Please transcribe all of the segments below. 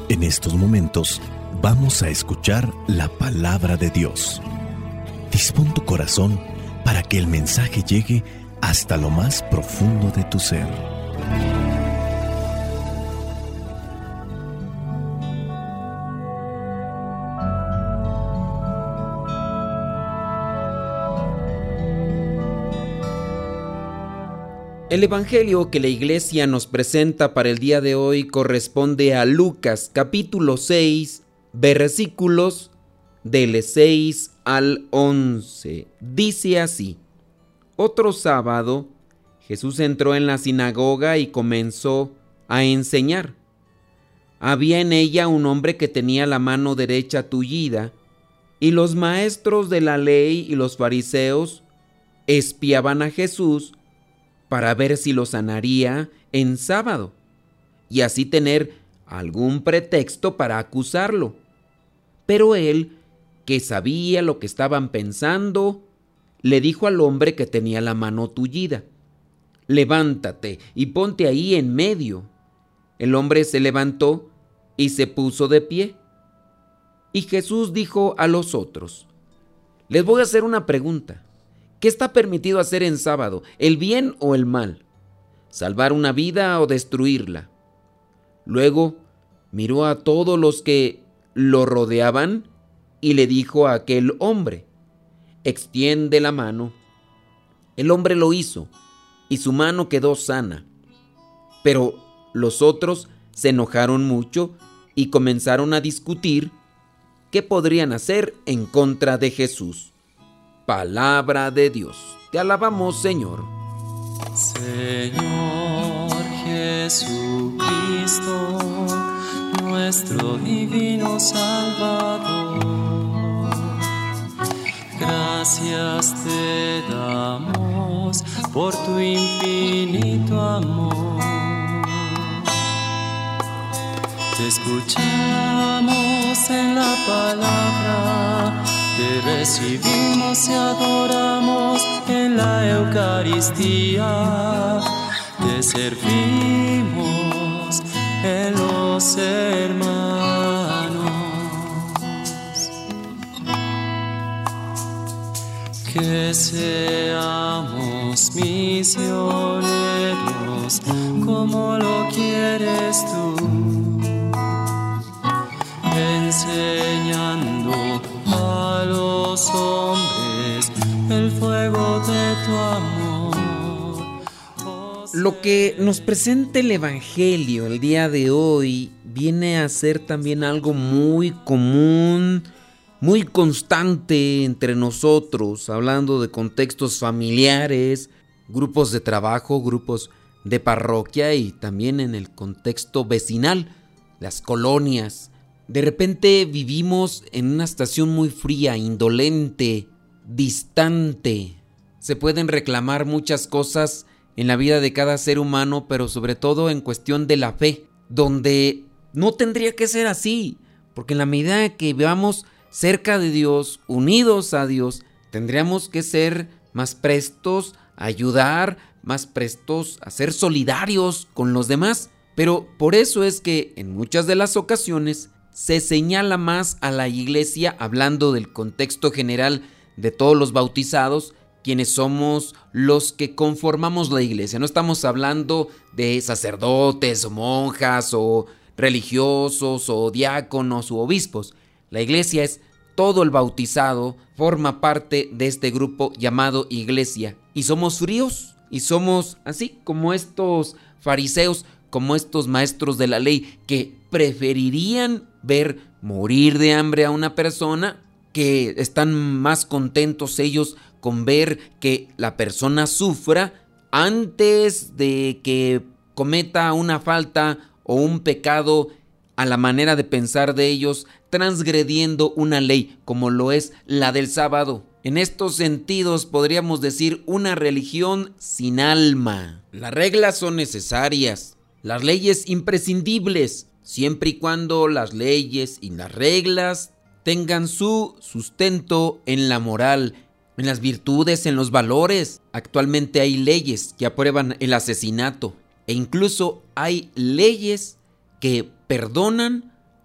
En estos momentos vamos a escuchar la palabra de Dios. Dispón tu corazón para que el mensaje llegue hasta lo más profundo de tu ser. El evangelio que la iglesia nos presenta para el día de hoy corresponde a Lucas capítulo 6, versículos del 6 al 11. Dice así: Otro sábado, Jesús entró en la sinagoga y comenzó a enseñar. Había en ella un hombre que tenía la mano derecha tullida, y los maestros de la ley y los fariseos espiaban a Jesús para ver si lo sanaría en sábado, y así tener algún pretexto para acusarlo. Pero él, que sabía lo que estaban pensando, le dijo al hombre que tenía la mano tullida: levántate y ponte ahí en medio. El hombre se levantó y se puso de pie. Y Jesús dijo a los otros: les voy a hacer una pregunta. ¿Qué está permitido hacer en sábado, el bien o el mal? ¿Salvar una vida o destruirla? Luego miró a todos los que lo rodeaban y le dijo a aquel hombre: extiende la mano. El hombre lo hizo y su mano quedó sana. Pero los otros se enojaron mucho y comenzaron a discutir qué podrían hacer en contra de Jesús. Palabra de Dios. Te alabamos, Señor. Señor Jesucristo, nuestro divino Salvador, gracias te damos por tu infinito amor. Te escuchamos en la palabra, te recibimos y adoramos en la Eucaristía, te servimos en los hermanos. Que seamos misioneros como lo quieres tú, enseñando a los hombres el fuego de tu amor. Lo que nos presenta el evangelio el día de hoy viene a ser también algo muy común, muy constante entre nosotros, hablando de contextos familiares, grupos de trabajo, grupos de parroquia y también en el contexto vecinal, las colonias. De repente vivimos en una estación muy fría, indolente, distante. Se pueden reclamar muchas cosas en la vida de cada ser humano, pero sobre todo en cuestión de la fe, donde no tendría que ser así, porque en la medida que vivamos cerca de Dios, unidos a Dios, tendríamos que ser más prestos a ayudar, más prestos a ser solidarios con los demás. Pero por eso es que en muchas de las ocasiones se señala más a la iglesia, hablando del contexto general de todos los bautizados, quienes somos los que conformamos la iglesia. No estamos hablando de sacerdotes o monjas o religiosos o diáconos u obispos. La iglesia es todo el bautizado, forma parte de este grupo llamado iglesia. Y somos fríos y somos así como estos fariseos, como estos maestros de la ley que preferirían ver morir de hambre a una persona, que están más contentos ellos con ver que la persona sufra antes de que cometa una falta o un pecado a la manera de pensar de ellos, transgrediendo una ley como lo es la del sábado. En estos sentidos podríamos decir una religión sin alma. Las reglas son necesarias, las leyes imprescindibles, siempre y cuando las leyes y las reglas tengan su sustento en la moral, en las virtudes, en los valores. Actualmente hay leyes que aprueban el asesinato e incluso hay leyes que perdonan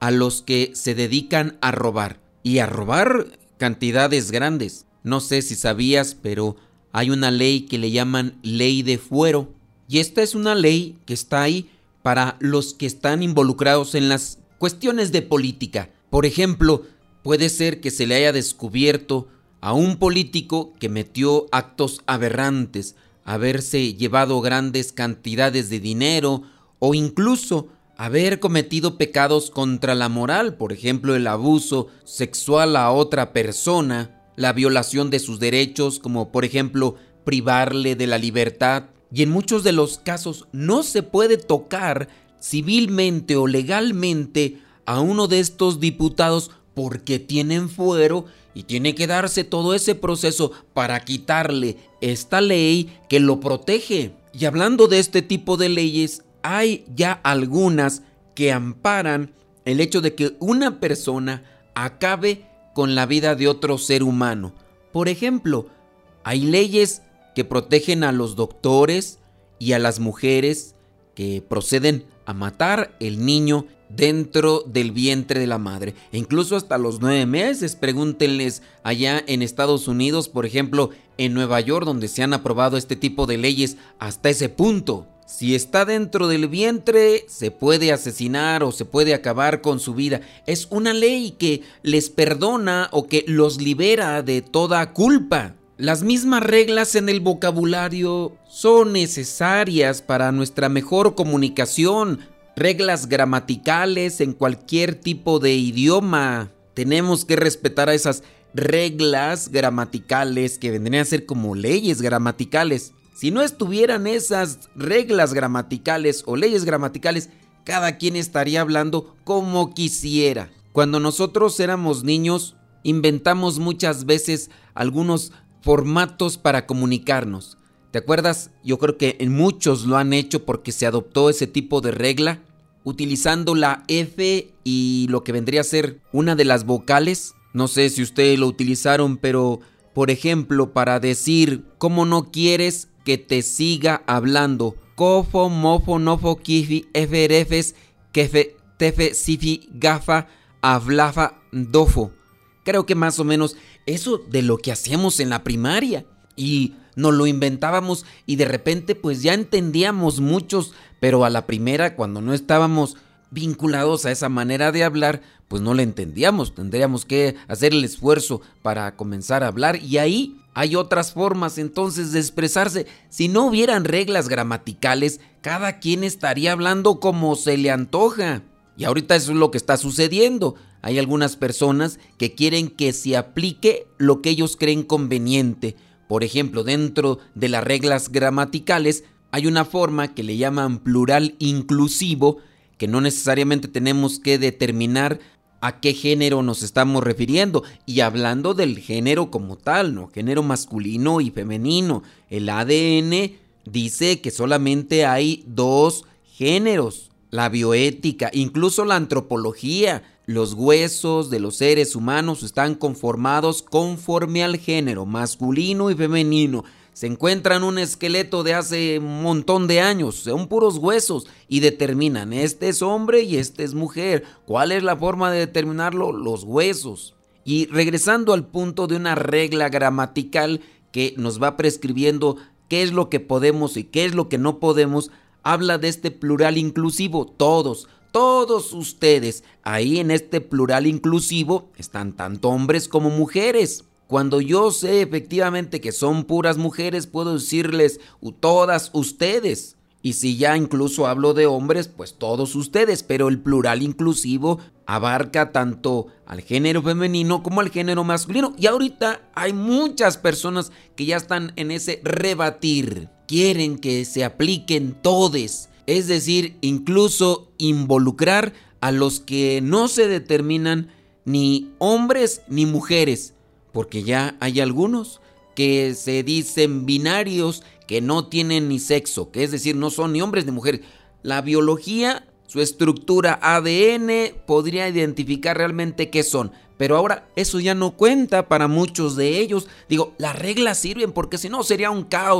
a los que se dedican a robar. Y a robar cantidades grandes. No sé si sabías, pero hay una ley que le llaman ley de fuero. Y esta es una ley que está ahí para los que están involucrados en las cuestiones de política. Por ejemplo, puede ser que se le haya descubierto a un político que metió actos aberrantes, haberse llevado grandes cantidades de dinero o incluso haber cometido pecados contra la moral, por ejemplo, el abuso sexual a otra persona, la violación de sus derechos, como por ejemplo privarle de la libertad. Y en muchos de los casos no se puede tocar civilmente o legalmente a uno de estos diputados porque tienen fuero y tiene que darse todo ese proceso para quitarle esta ley que lo protege. Y hablando de este tipo de leyes, hay ya algunas que amparan el hecho de que una persona acabe con la vida de otro ser humano. Por ejemplo, hay leyes que protegen a los doctores y a las mujeres que proceden a matar el niño dentro del vientre de la madre, e incluso hasta los 9 meses. Pregúntenles allá en Estados Unidos, por ejemplo, en Nueva York, donde se han aprobado este tipo de leyes hasta ese punto. Si está dentro del vientre, se puede asesinar o se puede acabar con su vida. Es una ley que les perdona o que los libera de toda culpa. Las mismas reglas en el vocabulario son necesarias para nuestra mejor comunicación. Reglas gramaticales en cualquier tipo de idioma. Tenemos que respetar a esas reglas gramaticales que vendrían a ser como leyes gramaticales. Si no estuvieran esas reglas gramaticales o leyes gramaticales, cada quien estaría hablando como quisiera. Cuando nosotros éramos niños, inventamos muchas veces algunos formatos para comunicarnos. ¿Te acuerdas? Yo creo que en muchos lo han hecho porque se adoptó ese tipo de regla, utilizando la F y lo que vendría a ser una de las vocales. No sé si ustedes lo utilizaron, pero por ejemplo, para decir ¿cómo no quieres que te siga hablando? Cofo, mofo, nofo, kifi, eferefes, kefe, tefe, sifi, gafa, avlafa, dofo. Creo que más o menos eso de lo que hacíamos en la primaria. Y nos lo inventábamos y de repente pues ya entendíamos muchos, pero a la primera, cuando no estábamos vinculados a esa manera de hablar, pues no le entendíamos. Tendríamos que hacer el esfuerzo para comenzar a hablar, y ahí hay otras formas entonces de expresarse. Si no hubieran reglas gramaticales, cada quien estaría hablando como se le antoja. Y ahorita eso es lo que está sucediendo. Hay algunas personas que quieren que se aplique lo que ellos creen conveniente. Por ejemplo, dentro de las reglas gramaticales hay una forma que le llaman plural inclusivo, que no necesariamente tenemos que determinar a qué género nos estamos refiriendo. Y hablando del género como tal, ¿no? Género masculino y femenino. El ADN dice que solamente hay 2 géneros. La bioética, incluso la antropología. Los huesos de los seres humanos están conformados conforme al género masculino y femenino. Se encuentran un esqueleto de hace un montón de años, son puros huesos, y determinan este es hombre y este es mujer. ¿Cuál es la forma de determinarlo? Los huesos. Y regresando al punto de una regla gramatical que nos va prescribiendo qué es lo que podemos y qué es lo que no podemos, habla de este plural inclusivo, todos ustedes. Ahí en este plural inclusivo están tanto hombres como mujeres. Cuando yo sé efectivamente que son puras mujeres, puedo decirles todas ustedes. Y si ya incluso hablo de hombres, pues todos ustedes. Pero el plural inclusivo abarca tanto al género femenino como al género masculino. Y ahorita hay muchas personas que ya están en ese rebatir. Quieren que se apliquen todes. Es decir, incluso involucrar a los que no se determinan ni hombres ni mujeres. Porque ya hay algunos que se dicen binarios, que no tienen ni sexo, que es decir, no son ni hombres ni mujeres. La biología, su estructura ADN podría identificar realmente qué son, pero ahora eso ya no cuenta para muchos de ellos. Digo, las reglas sirven porque si no sería un caos.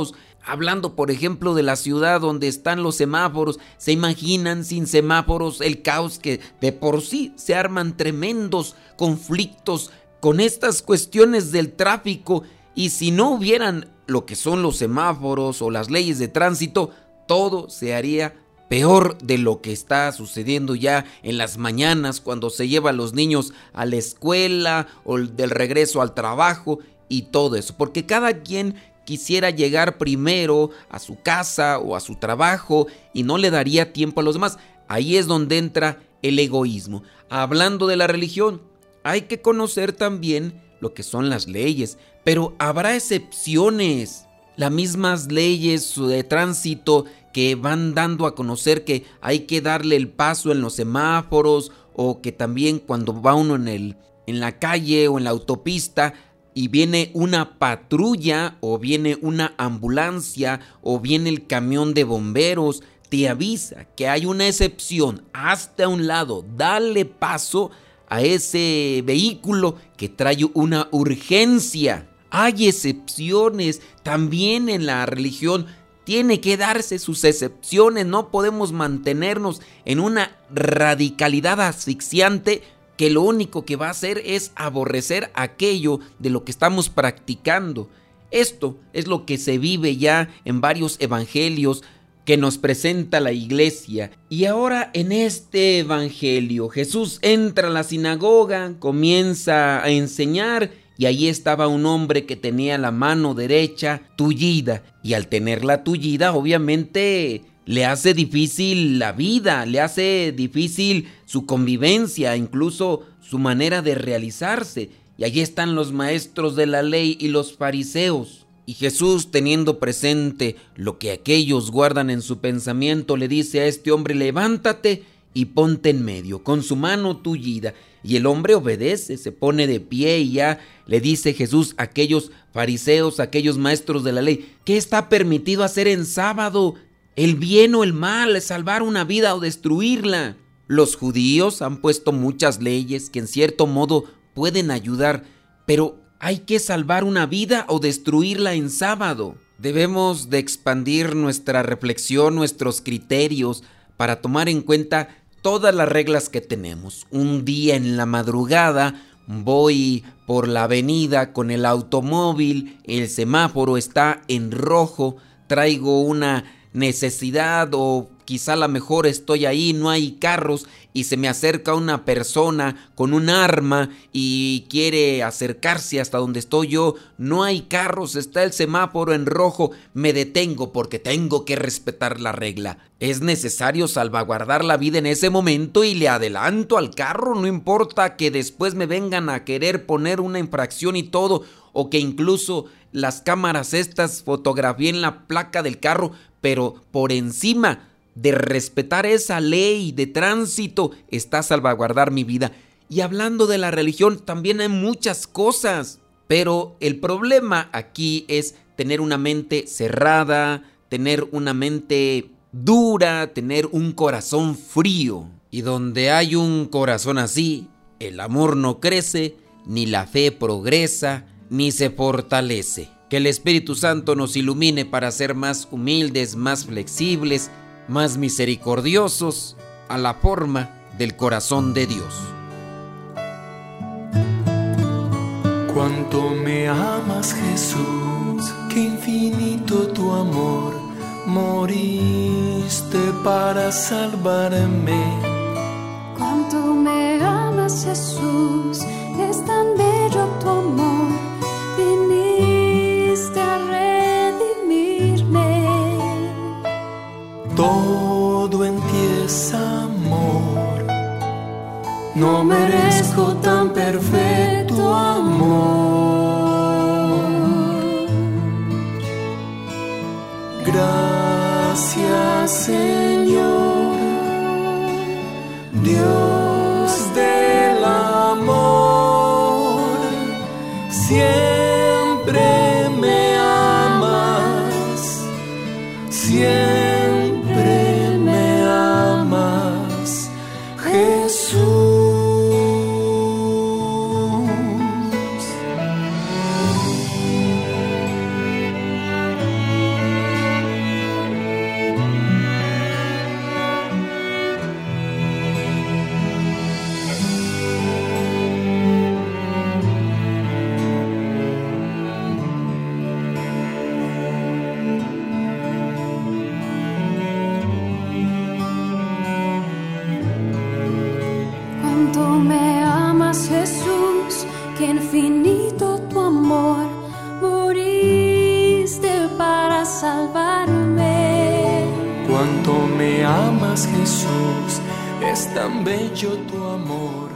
Hablando, por ejemplo, de la ciudad donde están los semáforos, ¿se imaginan sin semáforos el caos que de por sí se arman tremendos conflictos con estas cuestiones del tráfico? Y si no hubieran lo que son los semáforos o las leyes de tránsito, todo se haría peor de lo que está sucediendo ya en las mañanas cuando se lleva a los niños a la escuela o del regreso al trabajo y todo eso. Porque cada quien quisiera llegar primero a su casa o a su trabajo y no le daría tiempo a los demás. Ahí es donde entra el egoísmo. Hablando de la religión, hay que conocer también lo que son las leyes, pero habrá excepciones. Las mismas leyes de tránsito que van dando a conocer que hay que darle el paso en los semáforos, o que también cuando va uno en la calle o en la autopista y viene una patrulla o viene una ambulancia o viene el camión de bomberos, te avisa que hay una excepción, hazte a un lado, dale paso a ese vehículo que trae una urgencia. Hay excepciones también en la religión. Tiene que darse sus excepciones. No podemos mantenernos en una radicalidad asfixiante que lo único que va a hacer es aborrecer aquello de lo que estamos practicando. Esto es lo que se vive ya en varios evangelios que nos presenta la iglesia. Y ahora en este evangelio Jesús entra a la sinagoga, comienza a enseñar, y allí estaba un hombre que tenía la mano derecha tullida, y al tenerla tullida obviamente le hace difícil la vida, le hace difícil su convivencia, incluso su manera de realizarse. Y allí están los maestros de la ley y los fariseos. Y Jesús, teniendo presente lo que aquellos guardan en su pensamiento, le dice a este hombre: levántate y ponte en medio, con su mano tullida. Y el hombre obedece, se pone de pie, y ya le dice Jesús a aquellos fariseos, a aquellos maestros de la ley: ¿qué está permitido hacer en sábado? ¿El bien o el mal? ¿Salvar una vida o destruirla? Los judíos han puesto muchas leyes que en cierto modo pueden ayudar, pero ¿hay que salvar una vida o destruirla en sábado? Debemos de expandir nuestra reflexión, nuestros criterios, para tomar en cuenta todas las reglas que tenemos. Un día en la madrugada voy por la avenida con el automóvil, el semáforo está en rojo, traigo una necesidad, o quizá a lo mejor estoy ahí, no hay carros, y se me acerca una persona con un arma y quiere acercarse hasta donde estoy yo. No hay carros, está el semáforo en rojo, me detengo porque tengo que respetar la regla. Es necesario salvaguardar la vida en ese momento y le adelanto al carro, no importa que después me vengan a querer poner una infracción y todo, o que incluso las cámaras estas fotografíen la placa del carro, pero por encima de respetar esa ley de tránsito está salvaguardar mi vida. Y hablando de la religión, también hay muchas cosas, pero el problema aquí es tener una mente cerrada, tener una mente dura, tener un corazón frío. Y donde hay un corazón así, el amor no crece, ni la fe progresa, ni se fortalece. Que el Espíritu Santo nos ilumine para ser más humildes, más flexibles, más misericordiosos, a la forma del corazón de Dios. Cuánto me amas, Jesús, qué infinito tu amor, moriste para salvarme. Cuánto me amas, Jesús, es tan bello tu amor, viniste a redimirme. Todo en ti es amor, no merezco tan perfecto amor. Gracias, Señor, Dios del amor, siempre me amas, siempre me amas, Jesús. amas, Jesús, que infinito tu amor, moriste para salvarme. Cuánto me amas, Jesús, es tan bello tu amor,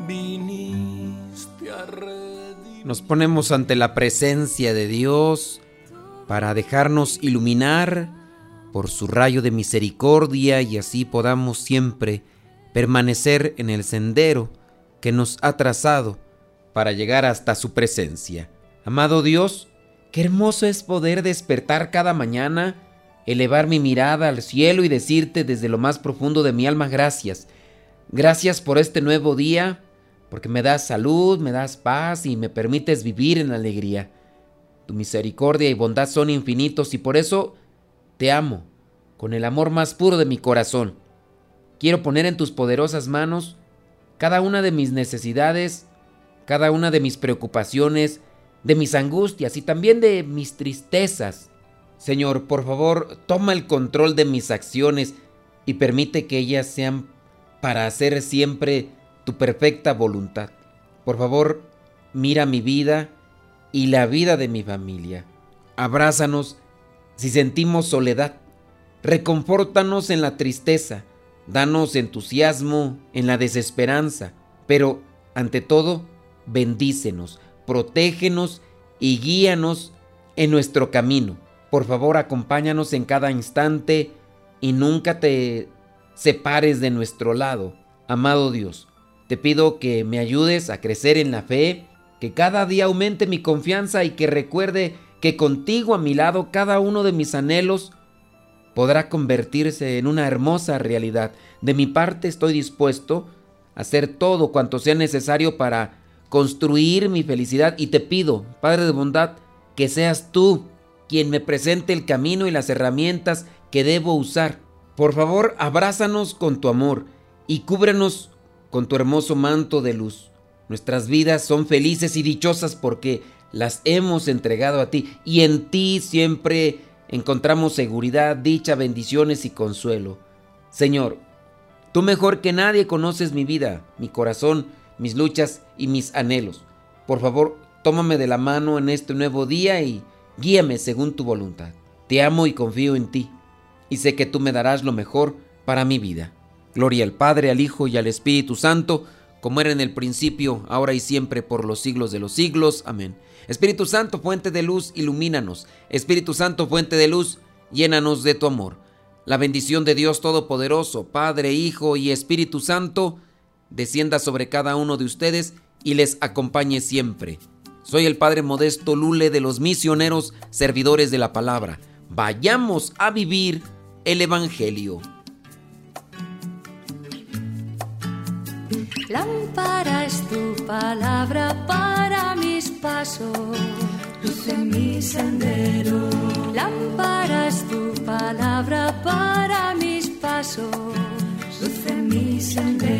viniste a redimir. Nos ponemos ante la presencia de Dios para dejarnos iluminar por su rayo de misericordia y así podamos siempre permanecer en el sendero que nos ha trazado para llegar hasta su presencia. Amado Dios, qué hermoso es poder despertar cada mañana, elevar mi mirada al cielo y decirte desde lo más profundo de mi alma gracias. Gracias por este nuevo día, porque me das salud, me das paz y me permites vivir en alegría. Tu misericordia y bondad son infinitos y por eso te amo con el amor más puro de mi corazón. Quiero poner en tus poderosas manos cada una de mis necesidades, cada una de mis preocupaciones, de mis angustias y también de mis tristezas. Señor, por favor, toma el control de mis acciones y permite que ellas sean para hacer siempre tu perfecta voluntad. Por favor, mira mi vida y la vida de mi familia. Abrázanos si sentimos soledad. Reconfórtanos en la tristeza. Danos entusiasmo en la desesperanza. Pero, ante todo, bendícenos, protégenos y guíanos en nuestro camino. Por favor, acompáñanos en cada instante y nunca te separes de nuestro lado. Amado Dios, te pido que me ayudes a crecer en la fe, que cada día aumente mi confianza y que recuerde que contigo a mi lado cada uno de mis anhelos podrá convertirse en una hermosa realidad. De mi parte estoy dispuesto a hacer todo cuanto sea necesario para construir mi felicidad y te pido, Padre de bondad, que seas tú quien me presente el camino y las herramientas que debo usar. Por favor, abrázanos con tu amor y cúbrenos con tu hermoso manto de luz. Nuestras vidas son felices y dichosas porque las hemos entregado a ti y en ti siempre encontramos seguridad, dicha, bendiciones y consuelo. Señor, tú mejor que nadie conoces mi vida, mi corazón, mis luchas y mis anhelos. Por favor, tómame de la mano en este nuevo día y guíame según tu voluntad. Te amo y confío en ti, y sé que tú me darás lo mejor para mi vida. Gloria al Padre, al Hijo y al Espíritu Santo, como era en el principio, ahora y siempre, por los siglos de los siglos. Amén. Espíritu Santo, fuente de luz, ilumínanos. Espíritu Santo, fuente de luz, llénanos de tu amor. La bendición de Dios Todopoderoso, Padre, Hijo y Espíritu Santo, descienda sobre cada uno de ustedes y les acompañe siempre. Soy el Padre Modesto Lule de los misioneros servidores de la palabra. Vayamos a vivir el Evangelio. Lámpara es tu palabra para mis pasos, luz en mi sendero. Lámpara es tu palabra para mis pasos, luz en mi sendero.